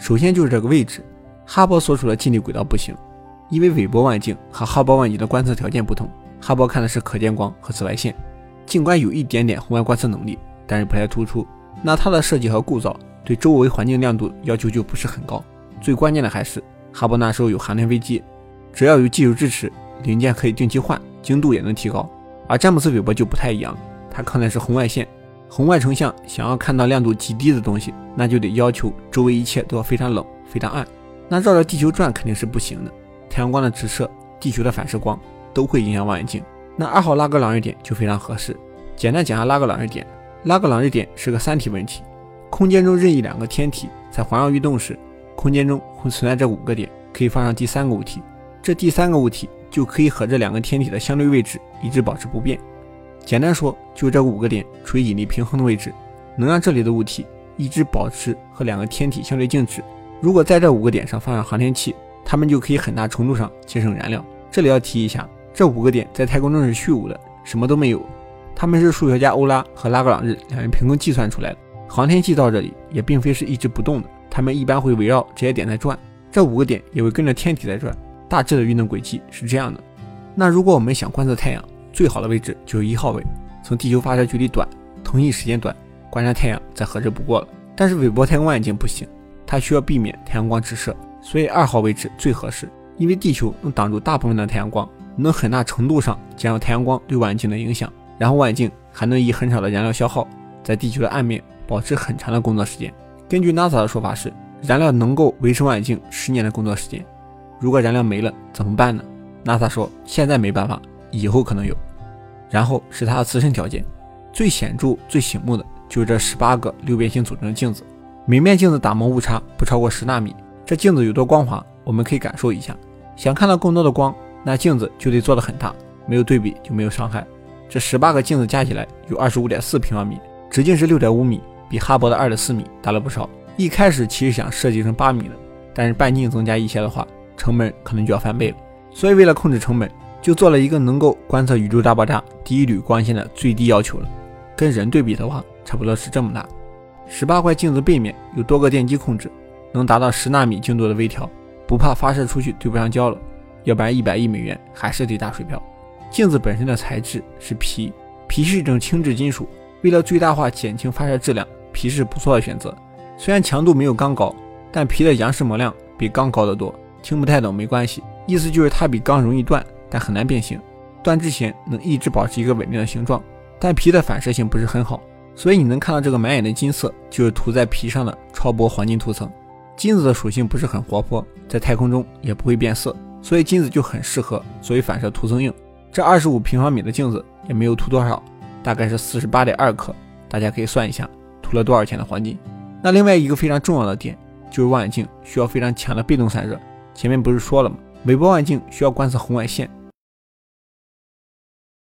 首先就是这个位置，哈勃所处的近地轨道不行，因为韦伯望远镜和哈勃望远镜的观测条件不同，哈勃看的是可见光和紫外线，尽管有一点点红外观测能力，但是不太突出。那它的设计和构造对周围环境亮度要求就不是很高。最关键的还是哈勃那时候有航天飞机，只要有技术支持，零件可以定期换，精度也能提高。而詹姆斯韦伯就不太一样，他看的是红外线，红外成像想要看到亮度极低的东西，那就得要求周围一切都要非常冷非常暗，那绕着地球转肯定是不行的，太阳光的直射、地球的反射光都会影响望远镜。那2号拉格朗日点就非常合适。简单讲下拉格朗日点，拉格朗日点是个三体问题，空间中任意2个天体在环绕运动时，空间中会存在这5个点，可以放上第3个物体，这第3个物体就可以和这2个天体的相对位置一直保持不变。简单说，就这5个点处于引力平衡的位置，能让这里的物体一直保持和2个天体相对静止。如果在这5个点上放上航天器，它们就可以很大程度上节省燃料。这里要提一下，这5个点在太空中是虚无的，什么都没有，他们是数学家欧拉和拉格朗日2人凭空计算出来的。航天器到这里也并非是一直不动的，它们一般会围绕这些点在转，这5个点也会跟着天体在转，大致的运动轨迹是这样的。那如果我们想观测太阳，最好的位置就是1号位，从地球发射距离短，同一时间短，观察太阳再合适不过了。但是韦伯太空望远镜不行，它需要避免太阳光直射，所以2号位置最合适，因为地球能挡住大部分的太阳光，能很大程度上减少太阳光对望远镜的影响，然后望远镜还能以很少的燃料消耗，在地球的暗面保持很长的工作时间。根据 NASA 的说法是，燃料能够维持望远镜10年的工作时间。如果燃料没了怎么办呢？ NASA 说现在没办法，以后可能有。然后是它的自身条件，最显著最醒目的就是这18个六边形组成的镜子，每面镜子打磨误差不超过10纳米。这镜子有多光滑，我们可以感受一下。想看到更多的光，那镜子就得做得很大，没有对比就没有伤害。这18个镜子加起来有 25.4 平方米，直径是 6.5 米，比哈勃的 2.4 米大了不少。一开始其实想设计成8米的，但是半径增加一些的话，成本可能就要翻倍了。所以为了控制成本，就做了一个能够观测宇宙大爆炸第一缕光线的最低要求了。跟人对比的话，差不多是这么大。18块镜子背面有多个电机控制，能达到10纳米精度的微调，不怕发射出去对不上焦了，要不然100亿美元还是得打水漂。镜子本身的材质是皮，皮是一种轻质金属，为了最大化减轻发射质量，皮是不错的选择。虽然强度没有钢高，但皮的杨氏模量比钢高得多。听不太懂没关系，意思就是它比钢容易断，但很难变形，断之前能一直保持一个稳定的形状。但皮的反射性不是很好，所以你能看到这个满眼的金色，就是涂在皮上的超薄黄金涂层。金子的属性不是很活泼，在太空中也不会变色，所以金子就很适合作为反射涂层用。这25平方米的镜子也没有涂多少，大概是 48.2 克，大家可以算一下涂了多少钱的黄金。那另外一个非常重要的点就是望远镜需要非常强的被动散热。前面不是说了吗？韦伯望远镜需要观测红外线，